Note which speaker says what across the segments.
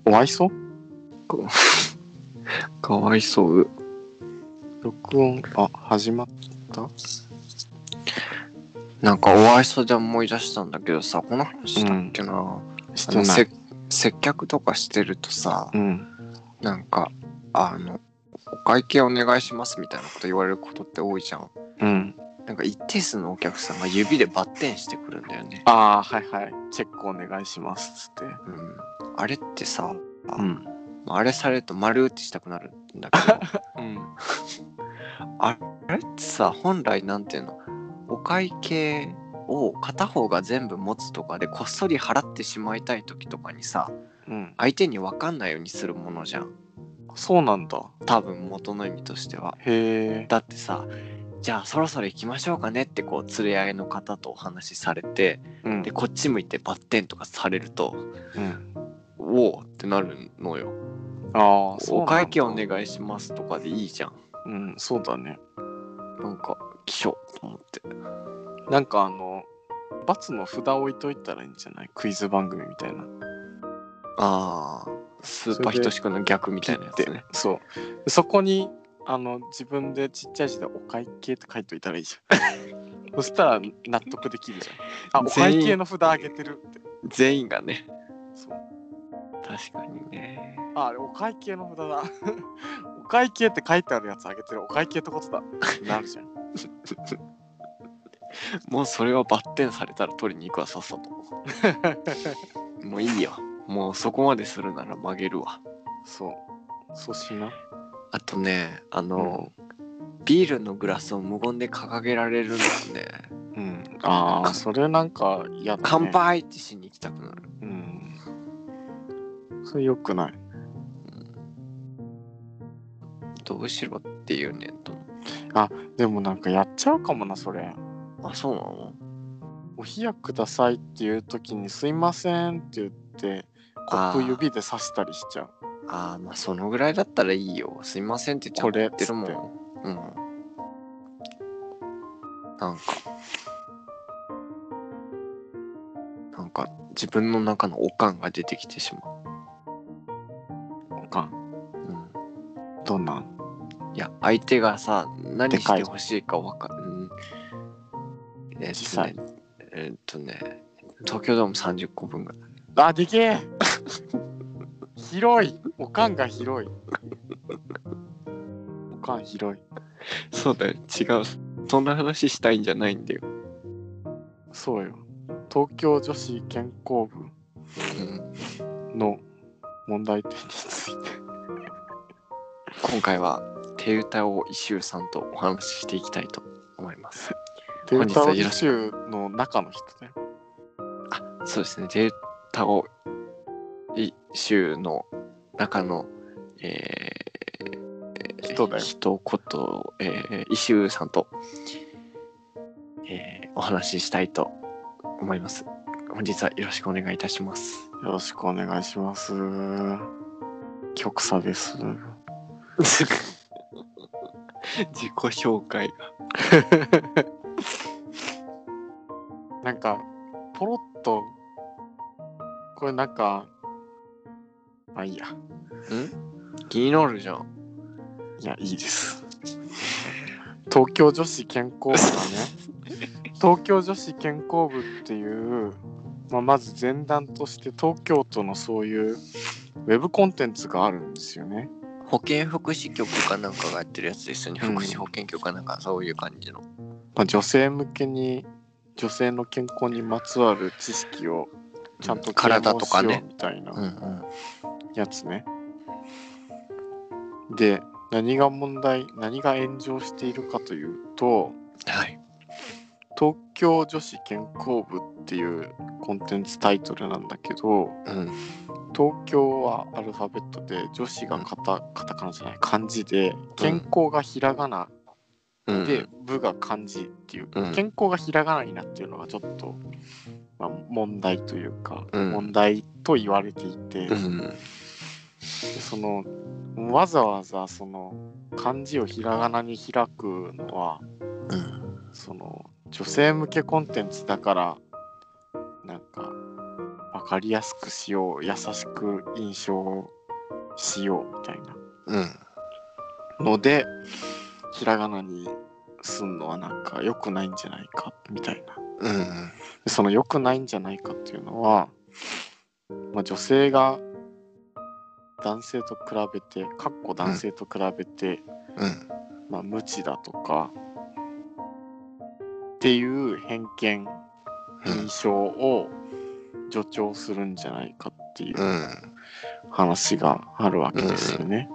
Speaker 1: かわいそう
Speaker 2: かわいそう。
Speaker 1: 録音、始まった。
Speaker 2: なんかおわいそうで思い出したんだけどさ、この話したっけな、
Speaker 1: してない。
Speaker 2: 接客とかしてるとさ、なんかお会計お願いしますみたいなこと言われることって多いじゃん。なんか一定数のお客さんが指でバッテンしてくるんだよね。
Speaker 1: はいはい。チェックお願いしますつって。
Speaker 2: あれってさ、あれされると丸打ちしたくなるんだけど、あれってさ、本来なんていうの、お会計を片方が全部持つとかでこっそり払ってしまいたい時とかにさ、相手に分かんないようにするものじゃん。
Speaker 1: そうなんだ。
Speaker 2: 多分元の意味としては。
Speaker 1: へえ。
Speaker 2: だってさ、じゃあそろそろ行きましょうかねってこう連れ合いの方とお話しされて、でこっち向いてバッテンとかされると、おおってなるのよ。お会計お願いしますとかでいいじゃん。
Speaker 1: そうだね。
Speaker 2: なんか希少と思って。
Speaker 1: なんか×の札置いといたらいいんじゃない？クイズ番組みたいな。
Speaker 2: スーパーひとしくの逆みたいなやつね。
Speaker 1: そう。そこに自分でちっちゃい字でお会計って書いといたらいいじゃん。そしたら納得できるじゃん。お会計の札あげてるって。
Speaker 2: 全員がね。
Speaker 1: そう。
Speaker 2: 確かにね。
Speaker 1: あれお会計の札だ。お会計って書いてあるやつあげてる。お会計ってことだ。なるじゃん。
Speaker 2: もうそれはバッテンされたら取りに行くわ、さっさと。もういいよ。もうそこまでするなら曲げるわ。
Speaker 1: そうしな。
Speaker 2: あとね、ビールのグラスを無言で掲げられるのはね。
Speaker 1: それなんか嫌だね。
Speaker 2: 乾杯ってしに行きたくなる。
Speaker 1: それ良くない。
Speaker 2: どうしろっていうねんと。
Speaker 1: でもなんかやっちゃうかもな、それ。
Speaker 2: そうなの？
Speaker 1: お冷やくださいっていう時にすいませんって言ってコップ指で刺したりしちゃう。
Speaker 2: そのぐらいだったらいいよ。すいませんってちゃんと言ってるもん。なんか自分の中のおかんが出てきてしまう。
Speaker 1: おかん？どんなん？
Speaker 2: いや、相手がさ、何してほしいか分かん。東京ドーム30個分ぐらい。
Speaker 1: でけえ。広い。おかんが広い。おかん広い。
Speaker 2: そうだよ。違う。そんな話したいんじゃないんだよ。
Speaker 1: そうよ。東京女子健康部の問題点について
Speaker 2: 今回は手歌を一周さんとお話ししていきたいと思います。
Speaker 1: 手歌を一周の中の人だよ。
Speaker 2: そうですね。手歌を一周の中の
Speaker 1: 人だよ。
Speaker 2: 一言、一周さんと、お話ししたいと思います。本日はよろしくお願いいたします。
Speaker 1: よろしくお願いします。極左です。
Speaker 2: 自己紹介が
Speaker 1: なんかポロッとこれなんかいいや。
Speaker 2: 気になるじゃん。
Speaker 1: いや、いいです。東京女子健康部だね。東京女子健康部っていう、まず前段として東京都のそういうウェブコンテンツがあるんですよね。
Speaker 2: 保健福祉局かなんかがやってるやつですよね。福祉保健局かなんかそういう感じの。
Speaker 1: 女性向けに女性の健康にまつわる知識をちゃんと
Speaker 2: 体とかね
Speaker 1: みたいなやつね。で、何が炎上しているかというと、東京女子健康部っていうコンテンツタイトルなんだけど、東京はアルファベットで、女子がカタカナじゃない漢字で、健康がひらがなで、部が漢字っていう、健康がひらがなになっているのがちょっと、問題というか、問題と言われていて、わざわざその漢字をひらがなに開くのは、その女性向けコンテンツだからなんかバ分かりやすくしよう、優しく印象しようみたいなので、ひらがなにすんのはなんか良くないんじゃないかみたいな。でその良くないんじゃないかっていうのは、女性が男性と比べて、男性と比べて、無知だとかっていう偏見、印象を助長するんじゃないかっていう話があるわけですよね。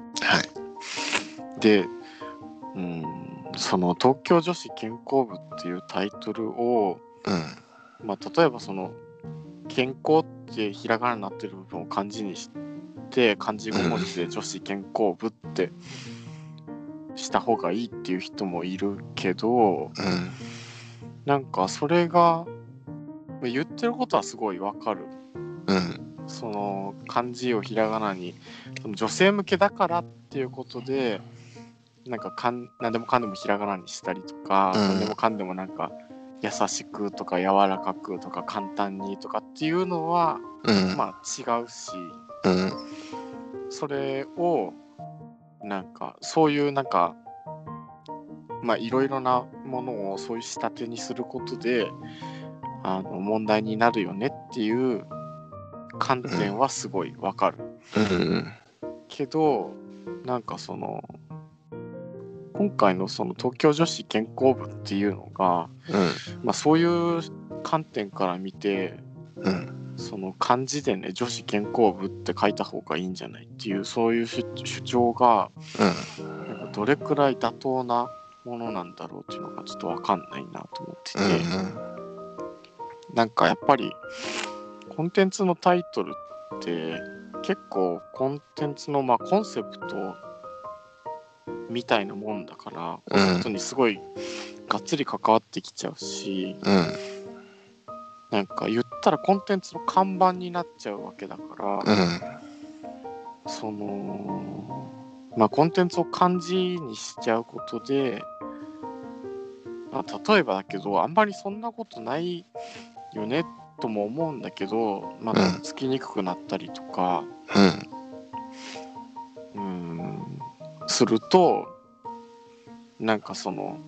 Speaker 1: で、その東京女子健康部っていうタイトルを、例えばその健康ってひらがなになってる部分を漢字にして漢字5文字で女子健康部ってした方がいいっていう人もいるけど、なんかそれが言ってることはすごいわかる。その漢字をひらがなに、その女性向けだからっていうことでなんか何でもかんでもひらがなにしたりとか、何でもかんでもなんか優しくとか柔らかくとか簡単にとかっていうのは、違うし、それをなんかそういうなんかいろいろなものをそういう仕立てにすることで問題になるよねっていう観点はすごいわかる、けどなんかその今回のその東京女子健康部っていうのが、そういう観点から見て、その漢字でね女子健康部って書いた方がいいんじゃないっていうそういう主張が、なんかどれくらい妥当なものなんだろうっていうのがちょっと分かんないなと思ってて、なんかやっぱりコンテンツのタイトルって結構コンテンツのコンセプトみたいなもんだから、コンセプトにすごいがっつり関わってきちゃうし、なんか言ったらコンテンツの看板になっちゃうわけだから、そのコンテンツを漢字にしちゃうことで、例えばだけどあんまりそんなことないよねとも思うんだけど、とっつきにくくなったりとか、するとなんかその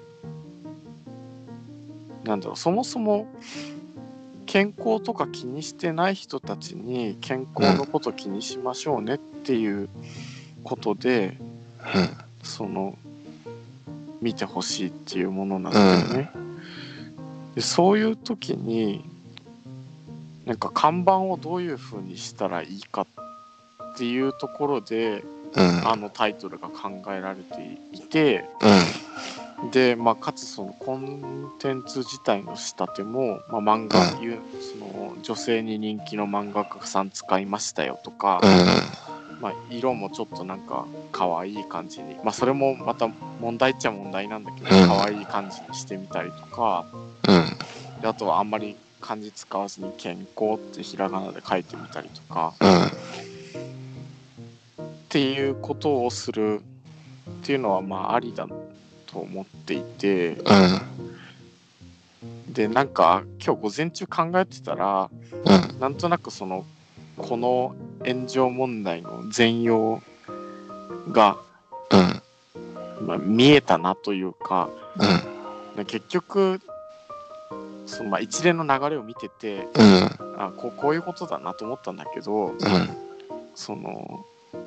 Speaker 1: そもそも健康とか気にしてない人たちに健康のこと気にしましょうねっていうことで、その見てほしいっていうものなんだよね。でそういう時になんか看板をどういう風にしたらいいかっていうところで、タイトルが考えられていて、でかつそのコンテンツ自体の仕立ても、漫画、その女性に人気の漫画家さん使いましたよとか、色もちょっとなんか可愛い感じに、それもまた問題っちゃ問題なんだけど、可愛い感じにしてみたりとか、であとはあんまり漢字使わずに健康ってひらがなで書いてみたりとか、っていうことをするっていうのはありだと思っていて、でなんか今日午前中考えてたら、なんとなくこの炎上問題の全容が、見えたなというか、結局その一連の流れを見てて、こういうことだなと思ったんだけど、その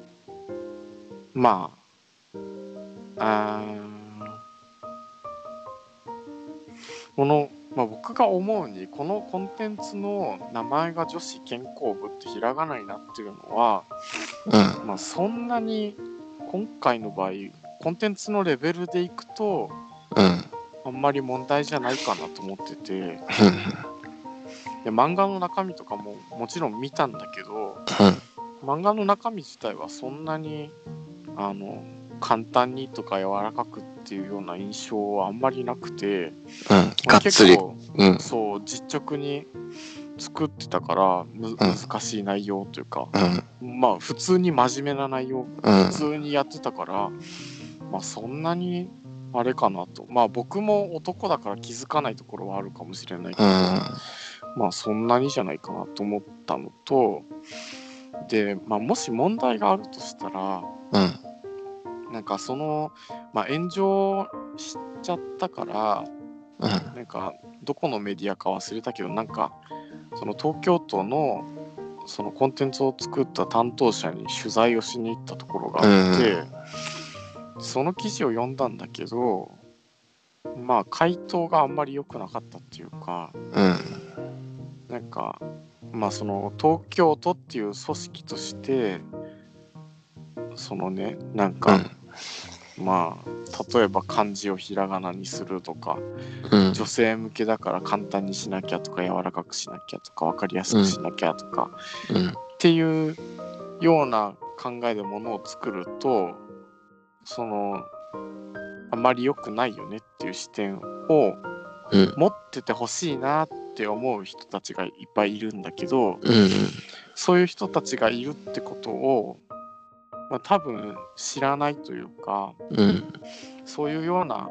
Speaker 1: この、僕が思うにこのコンテンツの名前が女子健康部ってひらがなになってるのは、そんなに今回の場合コンテンツのレベルでいくと、あんまり問題じゃないかなと思ってて、で漫画の中身とかももちろん見たんだけど、漫画の中身自体はそんなに簡単にとか柔らかくっていうような印象はあんまりなくて、
Speaker 2: がっつり、
Speaker 1: そう実直に作ってたから難しい内容というか、普通に真面目な内容、普通にやってたから、そんなにあれかなと。僕も男だから気づかないところはあるかもしれないけど、 まあそんなにじゃないかなと思ったのと、で、まあ、もし問題があるとしたら、なんか炎上しちゃったから、なんかどこのメディアか忘れたけど、なんかその東京都のそのコンテンツを作った担当者に取材をしに行ったところがあって、その記事を読んだんだけど、まあ回答があんまり良くなかったっていうか、なんかまあその東京都っていう組織としてそのね、なんか、まあ例えば漢字をひらがなにするとか、女性向けだから簡単にしなきゃとか、柔らかくしなきゃとか、分かりやすくしなきゃとか、っていうような考えでものを作ると、あまり良くないよねっていう視点を持っててほしいなって思う人たちがいっぱいいるんだけど、そういう人たちがいるってことを、まあ、多分知らないというか、そういうような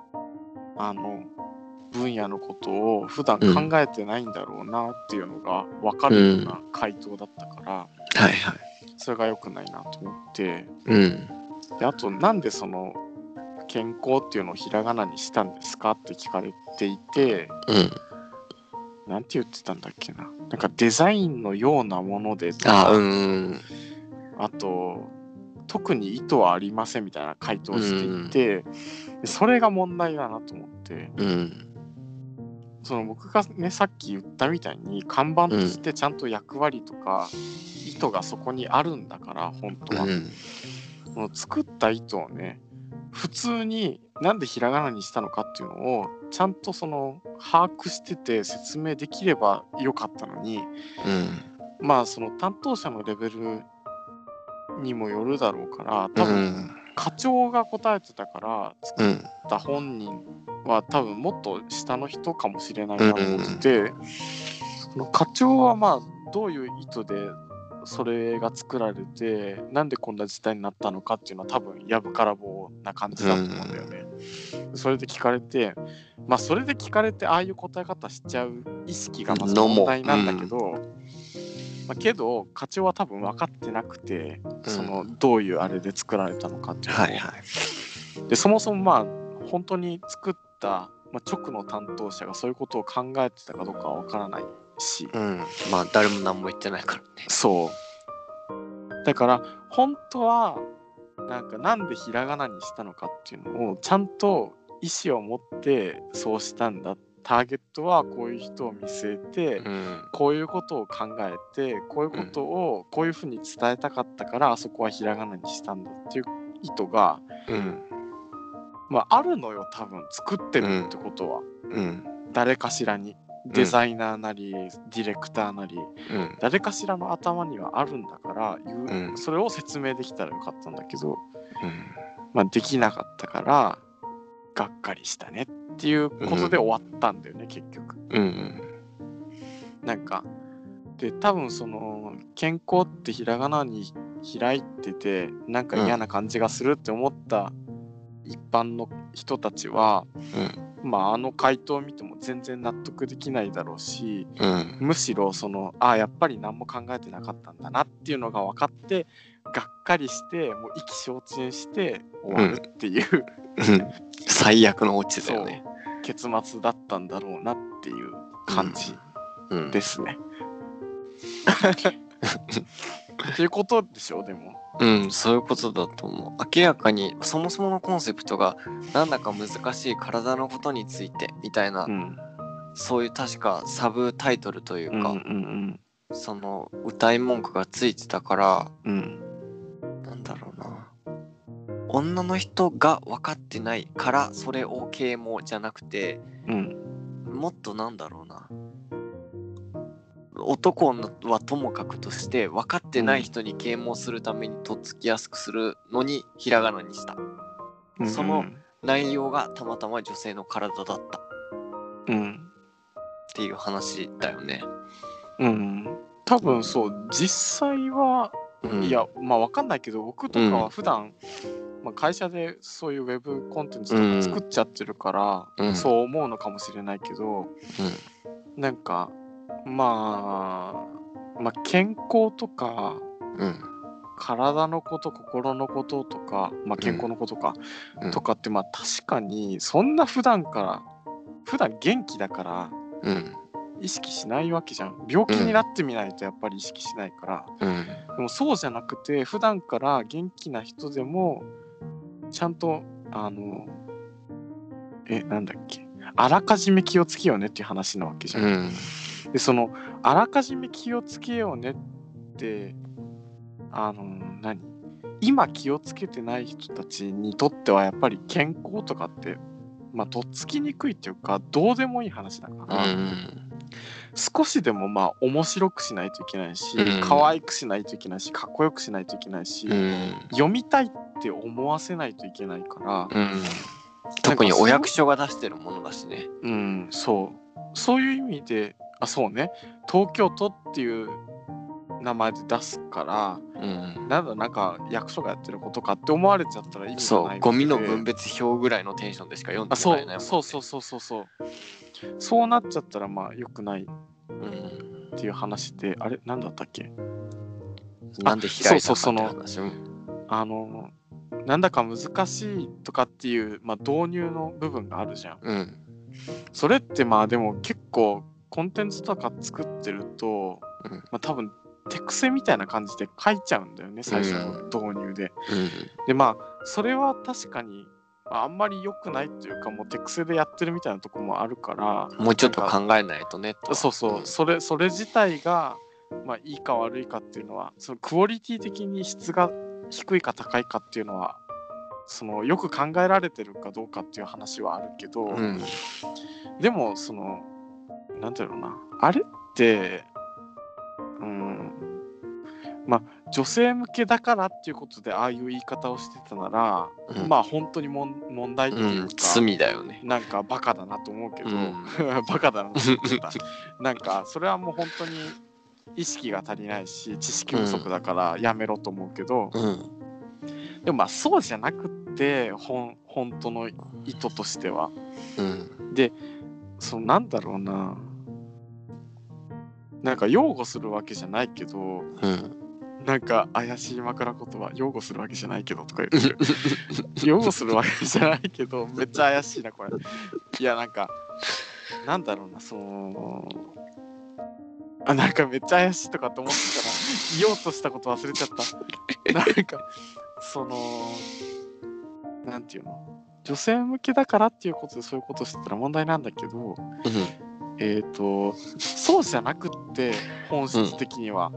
Speaker 1: 分野のことを普段考えてないんだろうなっていうのが分かるような回答だったから、それが良くないなと思って、であとなんでその健康っていうのをひらがなにしたんですかって聞かれていて、なんて言ってたんだっけな、なんかデザインのようなものでとか、あと特に意図はありませんみたいな回答をしていて、それが問題だなと思って、その僕がねさっき言ったみたいに看板としてちゃんと役割とか意図がそこにあるんだから、本当は、その作った意図をね普通になんでひらがなにしたのかっていうのをちゃんとその把握してて説明できればよかったのに、まあその担当者のレベルにもよるだろうから、多分課長が答えてたから作った本人は多分もっと下の人かもしれないなと思ってて、その課長はまあどういう意図でそれが作られて、なんでこんな事態になったのかっていうのは多分やぶからぼうな感じだと思うんだよね。それで聞かれて、まあそれで聞かれてああいう答え方しちゃう意識がまず問題なんだけど、まあ、けど課長は多分分かってなくて、そのどういうあれで作られたのかっていうのを、でそもそもまあ本当に作った、まあ、直の担当者がそういうことを考えてたかどうかは分からないし、
Speaker 2: まあ誰も何も言ってないからね。
Speaker 1: そうだから本当はなんでひらがなにしたのかっていうのをちゃんと意思を持ってそうしたんだ、ターゲットはこういう人を見据えて、こういうことを考えて、こういうことをこういうふうに伝えたかったから、あそこはひらがなにしたんだっていう意図が、まああるのよ、多分作ってるってことは、誰かしらに、デザイナーなり、ディレクターなり、誰かしらの頭にはあるんだから、それを説明できたらよかったんだけど、まあできなかったからがっかりしたねっていうことで終わったんだよね、結局。なんかで多分その健康ってひらがなに開いててなんか嫌な感じがするって思った一般の人たちは、まあ回答を見ても全然納得できないだろうし、むしろやっぱり何も考えてなかったんだなっていうのが分かってがっかりしてもう意気消沈して終わるっていう、
Speaker 2: 最悪のオチだよね。
Speaker 1: 結末だったんだろうなっていう感じですね。っていうことでしょ。でも
Speaker 2: そういうことだと思う。明らかにそもそものコンセプトがなんだか難しい体のことについてみたいな、そういう確かサブタイトルというか、その歌い文句がついてたから、なんだろうな、女の人が分かってないからそれを啓蒙じゃなくて、もっとなんだろうな、男はともかくとして分かってない人に啓蒙するためにとっつきやすくするのにひらがなにした、その内容がたまたま女性の体だった、っていう話だよね。
Speaker 1: 多分そう実際は、いやまあ分かんないけど、僕とかは普段、会社でそういうウェブコンテンツとか作っちゃってるから、そう思うのかもしれないけど、なんかまあ健康とか、体のこと心のこととか、健康のことか、とかって確かにそんな普段元気だから、意識しないわけじゃん。病気になってみないとやっぱり意識しないから、でもそうじゃなくて普段から元気な人でもちゃんとなんだっけ、あらかじめ気をつけようねっていう話なわけじゃん。でそのあらかじめ気をつけようねって今気をつけてない人たちにとってはやっぱり健康とかってとっつきにくいっていうかどうでもいい話だから、少しでも面白くしないといけないし、可愛くしないといけないし、かっこよくしないといけないし、読みたいって思わせないといけないから、
Speaker 2: 特にお役所が出してるものだしね。
Speaker 1: そういう意味でそうね、東京都っていう名前で出すから、なんか役所がやってることかって思われちゃったら意味がないわけで、
Speaker 2: ゴミの分別表ぐらいのテンションでしか読んでもらえないもんね。
Speaker 1: そうなっちゃったら良くないっていう話で、あれなんだったっけ、
Speaker 2: なんで開いたんだって話。
Speaker 1: なんだか難しいとかっていう、導入の部分があるじゃん。それってでも結構コンテンツとか作ってると、多分手癖みたいな感じで書いちゃうんだよね、最初の導入で。でそれは確かにあんまり良くないっていうか、もう手癖でやってるみたいなところもあるから、
Speaker 2: もうちょっと考えないとねと。
Speaker 1: それ自体がいいか悪いかっていうのは、そのクオリティ的に質が低いか高いかっていうのはよく考えられてるかどうかっていう話はあるけど、でもなんていうのな、あれって女性向けだからっていうことでああいう言い方をしてたなら、本当に問題っていうか、
Speaker 2: 罪だよね。
Speaker 1: なんかバカだなと思うけど、バカだなと思ってた。なんかそれはもう本当に意識が足りないし知識不足だからやめろと思うけど、でもそうじゃなくって本当の意図としては、でなんだろうな、なんか擁護するわけじゃないけど、なんか怪しい枕言葉、擁護するわけじゃないけどとか言ってる擁護するわけじゃないけどめっちゃ怪しいなこれ。いやなんかなんだろうな、なんかめっちゃ怪しいとかと思ってたら言おうとしたこと忘れちゃったなんかなんていうの、女性向けだからっていうことでそういうことしてたら問題なんだけど、そうじゃなくって本質的には、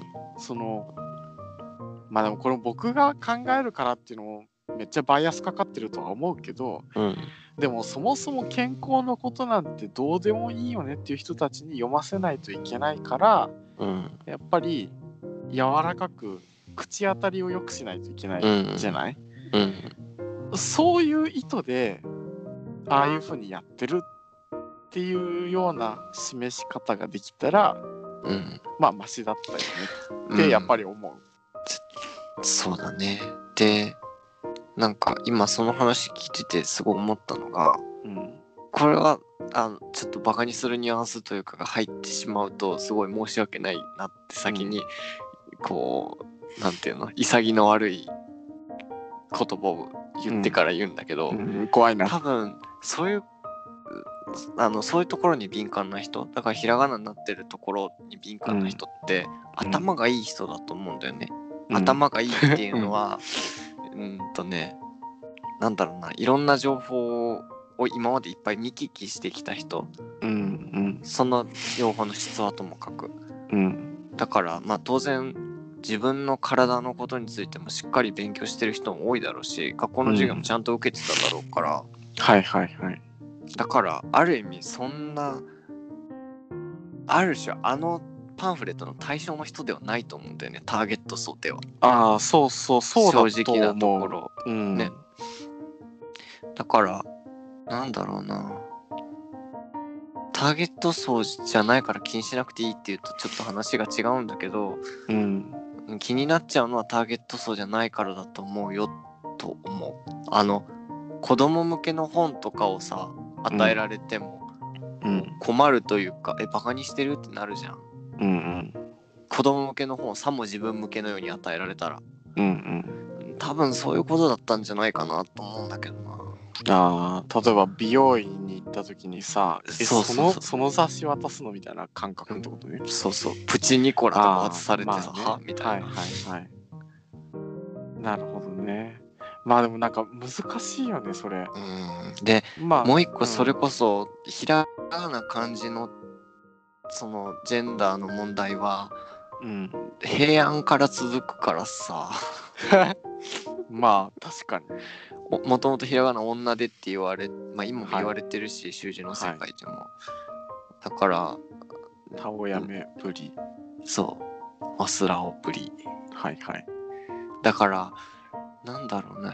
Speaker 1: でもこれ僕が考えるからっていうのもめっちゃバイアスかかってるとは思うけど、でもそもそも健康のことなんてどうでもいいよねっていう人たちに読ませないといけないから、やっぱり柔らかく口当たりを良くしないといけないじゃない、そういう意図でああいう風にやってるっていうような示し方ができたら、マシだったよねってやっぱり思う。
Speaker 2: そうだね。で、なんか今その話聞いててすごい思ったのが、これはちょっとバカにするニュアンスというかが入ってしまうとすごい申し訳ないなって先に、こうなんていうの、潔の悪い言葉を言ってから言うんだけど、
Speaker 1: 怖いな。
Speaker 2: 多分そういうところに敏感な人だから、ひらがなになってるところに敏感な人って、頭がいい人だと思うんだよね。頭がいいっていうのはなんだろうな、いろんな情報を今までいっぱい見聞きしてきた人、その情報の質はともかく、だから当然自分の体のことについてもしっかり勉強してる人も多いだろうし、学校の授業もちゃんと受けてただろうから、だからある意味そんなある種パンフレットの対象の人ではないと思うんだよね、ターゲット層では。
Speaker 1: そうだと思う。
Speaker 2: 正直なところ、ね。だからなんだろうな、ターゲット層じゃないから気にしなくていいっていうとちょっと話が違うんだけど、気になっちゃうのはターゲット層じゃないからだと思うよと思う。子供向けの本とかをさ与えられても、 困るというか、バカにしてるってなるじゃん。
Speaker 1: うんうん。
Speaker 2: 子供向けの本さも自分向けのように与えられたら。
Speaker 1: うんうん。
Speaker 2: 多分そういうことだったんじゃないかなと思うんだけどな。
Speaker 1: ああ、例えば美容院に行った時にさ、
Speaker 2: そうそうそう
Speaker 1: その雑誌渡すのみたいな感覚ってことね。
Speaker 2: そうそう。プチニコラとか渡されてさ、
Speaker 1: まあね、
Speaker 2: はみたいな。
Speaker 1: はいはいはい。なるほどね。まあでもなんか難しいよね、それ。
Speaker 2: で、
Speaker 1: まあ、
Speaker 2: もう一個それこそ、ひらがな漢字のそのジェンダーの問題は、平安から続くからさ。
Speaker 1: まあ確かに。
Speaker 2: もともとひらがな女でって言われ、まあ今も言われてるし、習字の世界でも。だから、
Speaker 1: たおやめぶり。
Speaker 2: そう。マスラオぶり。
Speaker 1: はいはい。
Speaker 2: だから、なんだろうね。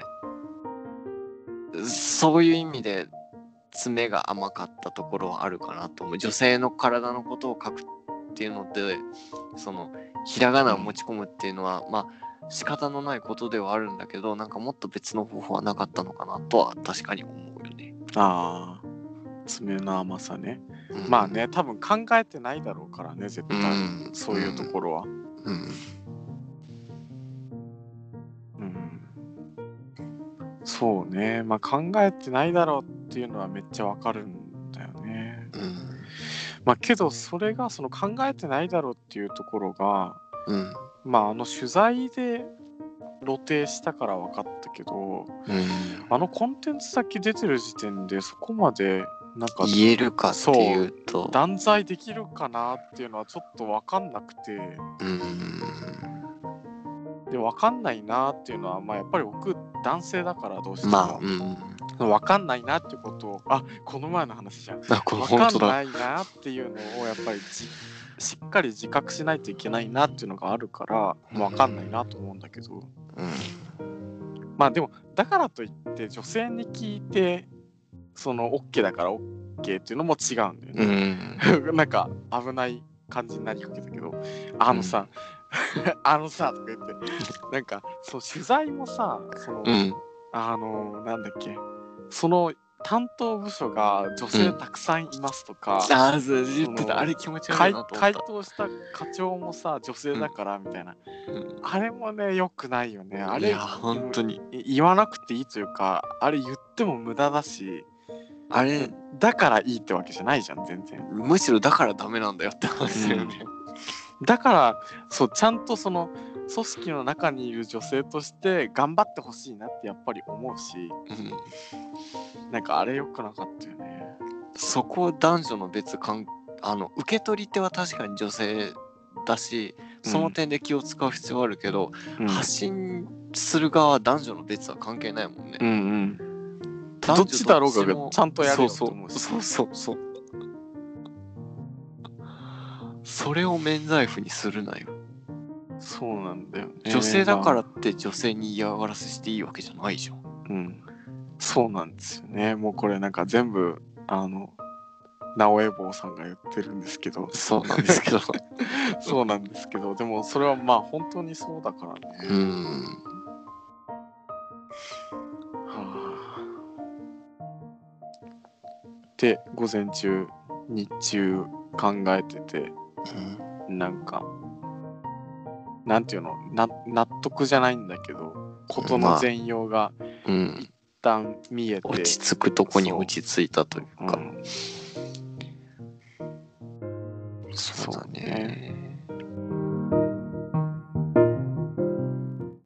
Speaker 2: そういう意味で、爪が甘かったところはあるかなと思う。女性の体のことを書くっていうので、その、ひらがなを持ち込むっていうのは、まあ、仕方のないことではあるんだけど、なんかもっと別の方法はなかったのかなとは確かに思うよね。
Speaker 1: ああ、爪の甘さね。まあね、多分考えてないだろうからね、絶対。そういうところは。そうね。まあ考えてないだろうっていうのはめっちゃわかるんだよね。まあけどそれがその考えてないだろうっていうところが、まあ取材で露呈したから分かったけど、コンテンツ先出てる時点でそこまでなんか
Speaker 2: 言えるかっていうと
Speaker 1: 断罪できるかなっていうのはちょっと分かんなくて、で分かんないなっていうのは、まあやっぱり僕男性だからどうしても、分かんないなってことを、この前の話じゃん。分かんないなっていうのをやっぱりしっかり自覚しないといけないなっていうのがあるから、分かんないなと思うんだけど、まあでもだからといって女性に聞いてその OK だから OK っていうのも違うんだよね。なんか危ない感じになりかけたけど、あのさとか言ってなんかそう取材もさ、その、なんだっけ、その担当部署が女性たくさんいますとか、
Speaker 2: 言ってた。あれ気持ち悪いなと思った。
Speaker 1: 回答した課長もさ女性だからみたいな、あれもね良くないよね。あれ
Speaker 2: 本当に
Speaker 1: 言わなくていいというか、あれ言っても無駄だし、
Speaker 2: あれ
Speaker 1: だからいいってわけじゃないじゃん全然。
Speaker 2: むしろだからダメなんだよって話だよね。
Speaker 1: だからそうちゃんとその組織の中にいる女性として頑張ってほしいなってやっぱり思うし、なんかあれ良くなかったよね。
Speaker 2: そこ男女の別受け取り手は確かに女性だし、その点で気を使う必要はあるけど、発信する側は男女の別は関係ないもんね。
Speaker 1: どっちだろうがちゃんとやるよと思うし。
Speaker 2: そうそれを免罪符にするなよ。
Speaker 1: そうなんだよね。
Speaker 2: 女性だからって女性に嫌がらせしていいわけじゃないじゃん。
Speaker 1: そうなんですよね。もうこれなんか全部直江坊さんが言ってるんですけど。
Speaker 2: そうなんですけど
Speaker 1: そうなんですけど、でもそれはまあ本当にそうだからね。で午前中日中考えてて、なんかなんていうの、納得じゃないんだけど、事の全容が一旦見えて、
Speaker 2: 落ち着くとこに落ち着いたというか。そうだね。